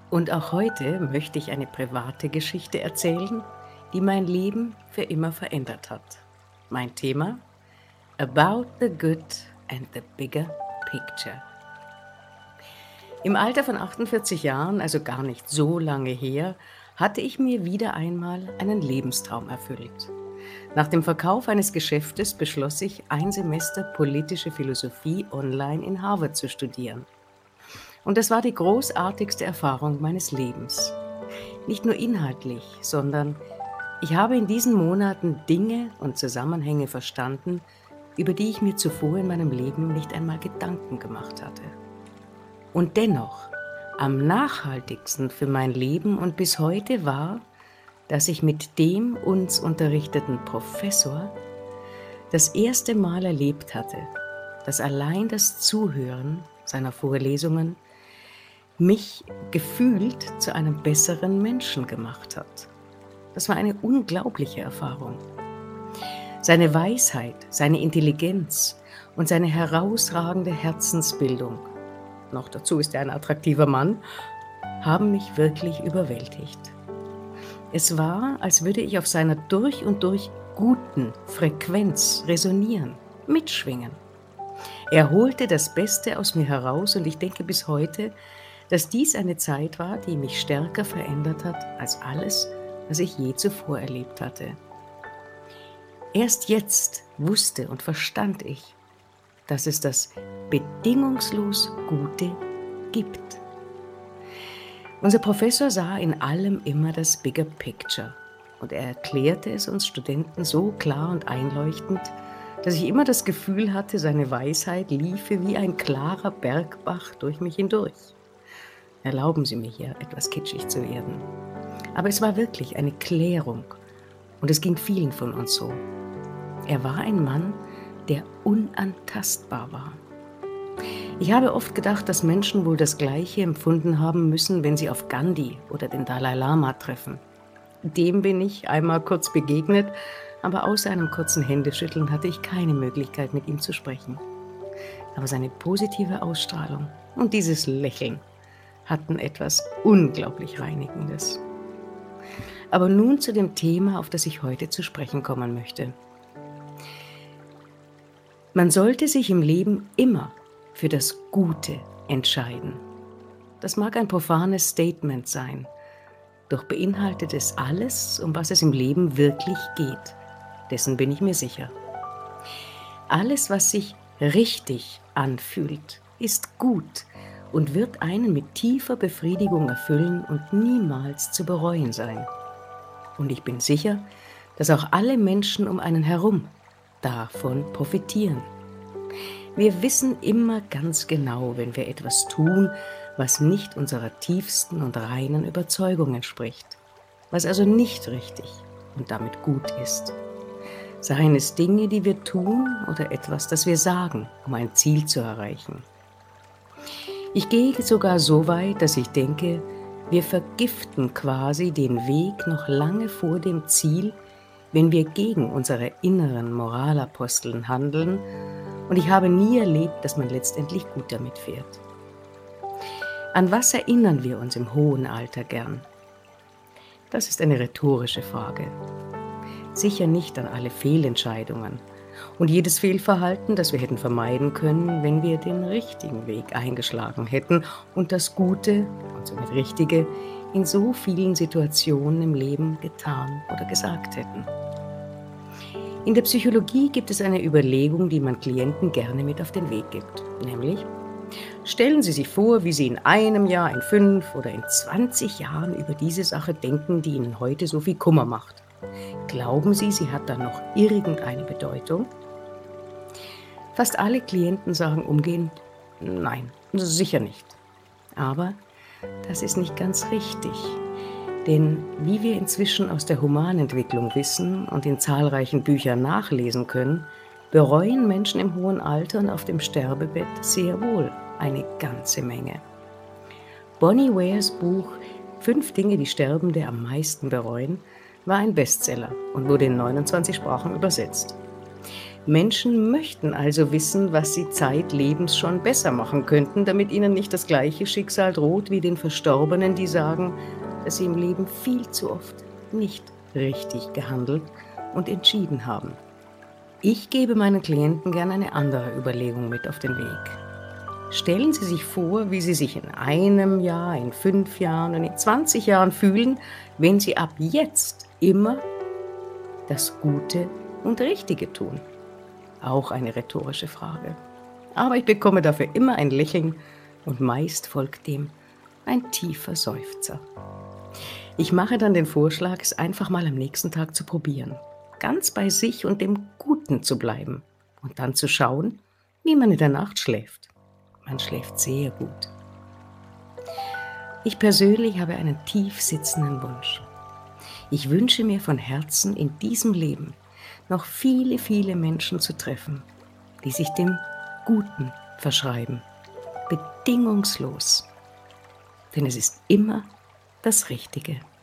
Und auch heute möchte ich eine private Geschichte erzählen, die mein Leben für immer verändert hat. Mein Thema: About the Good and the Bigger Picture. Im Alter von 48 Jahren, also gar nicht so lange her, hatte ich mir wieder einmal einen Lebenstraum erfüllt. Nach dem Verkauf eines Geschäftes beschloss ich, ein Semester politische Philosophie online in Harvard zu studieren. Und das war die großartigste Erfahrung meines Lebens. Nicht nur inhaltlich, sondern ich habe in diesen Monaten Dinge und Zusammenhänge verstanden, über die ich mir zuvor in meinem Leben nicht einmal Gedanken gemacht hatte. Und dennoch, am nachhaltigsten für mein Leben und bis heute war, dass ich mit dem uns unterrichteten Professor das erste Mal erlebt hatte, dass allein das Zuhören seiner Vorlesungen mich gefühlt zu einem besseren Menschen gemacht hat. Das war eine unglaubliche Erfahrung. Seine Weisheit, seine Intelligenz und seine herausragende Herzensbildung, noch dazu ist er ein attraktiver Mann, haben mich wirklich überwältigt. Es war, als würde ich auf seiner durch und durch guten Frequenz resonieren, mitschwingen. Er holte das Beste aus mir heraus und ich denke bis heute, dass dies eine Zeit war, die mich stärker verändert hat als alles, was ich je zuvor erlebt hatte. Erst jetzt wusste und verstand ich, dass es das bedingungslos Gute gibt. Unser Professor sah in allem immer das Bigger Picture und er erklärte es uns Studenten so klar und einleuchtend, dass ich immer das Gefühl hatte, seine Weisheit liefe wie ein klarer Bergbach durch mich hindurch. Erlauben Sie mir hier etwas kitschig zu werden. Aber es war wirklich eine Klärung und es ging vielen von uns so. Er war ein Mann, der unantastbar war. Ich habe oft gedacht, dass Menschen wohl das Gleiche empfunden haben müssen, wenn sie auf Gandhi oder den Dalai Lama treffen. Dem bin ich einmal kurz begegnet, aber außer einem kurzen Händeschütteln hatte ich keine Möglichkeit, mit ihm zu sprechen. Aber seine positive Ausstrahlung und dieses Lächeln hatten etwas unglaublich Reinigendes. Aber nun zu dem Thema, auf das ich heute zu sprechen kommen möchte. Man sollte sich im Leben immer für das Gute entscheiden. Das mag ein profanes Statement sein, doch beinhaltet es alles, um was es im Leben wirklich geht. Dessen bin ich mir sicher. Alles, was sich richtig anfühlt, ist gut und wird einen mit tiefer Befriedigung erfüllen und niemals zu bereuen sein. Und ich bin sicher, dass auch alle Menschen um einen herum davon profitieren. Wir wissen immer ganz genau, wenn wir etwas tun, was nicht unserer tiefsten und reinen Überzeugung entspricht, was also nicht richtig und damit gut ist. Seien es Dinge, die wir tun oder etwas, das wir sagen, um ein Ziel zu erreichen. Ich gehe sogar so weit, dass ich denke, wir vergiften quasi den Weg noch lange vor dem Ziel, wenn wir gegen unsere inneren Moralaposteln handeln, und ich habe nie erlebt, dass man letztendlich gut damit fährt. An was erinnern wir uns im hohen Alter gern? Das ist eine rhetorische Frage. Sicher nicht an alle Fehlentscheidungen und jedes Fehlverhalten, das wir hätten vermeiden können, wenn wir den richtigen Weg eingeschlagen hätten und das Gute, und somit Richtige, in so vielen Situationen im Leben getan oder gesagt hätten. In der Psychologie gibt es eine Überlegung, die man Klienten gerne mit auf den Weg gibt, nämlich: Stellen Sie sich vor, wie Sie in einem Jahr, in 5 oder in 20 Jahren über diese Sache denken, die Ihnen heute so viel Kummer macht. Glauben Sie, sie hat dann noch irgendeine Bedeutung? Fast alle Klienten sagen umgehend: Nein, sicher nicht. Aber das ist nicht ganz richtig. Denn wie wir inzwischen aus der Humanentwicklung wissen und in zahlreichen Büchern nachlesen können, bereuen Menschen im hohen Alter und auf dem Sterbebett sehr wohl eine ganze Menge. Bonnie Wares Buch »5 Dinge, die Sterbende am meisten bereuen« war ein Bestseller und wurde in 29 Sprachen übersetzt. Menschen möchten also wissen, was sie zeitlebens schon besser machen könnten, damit ihnen nicht das gleiche Schicksal droht wie den Verstorbenen, die sagen, dass sie im Leben viel zu oft nicht richtig gehandelt und entschieden haben. Ich gebe meinen Klienten gern eine andere Überlegung mit auf den Weg. Stellen Sie sich vor, wie Sie sich in einem Jahr, in 5 Jahren und in 20 Jahren fühlen, wenn Sie ab jetzt immer das Gute und Richtige tun. Auch eine rhetorische Frage. Aber ich bekomme dafür immer ein Lächeln und meist folgt dem ein tiefer Seufzer. Ich mache dann den Vorschlag, es einfach mal am nächsten Tag zu probieren, ganz bei sich und dem Guten zu bleiben und dann zu schauen, wie man in der Nacht schläft. Man schläft sehr gut. Ich persönlich habe einen tief sitzenden Wunsch. Ich wünsche mir von Herzen in diesem Leben noch viele, viele Menschen zu treffen, die sich dem Guten verschreiben, bedingungslos. Denn es ist immer das Richtige.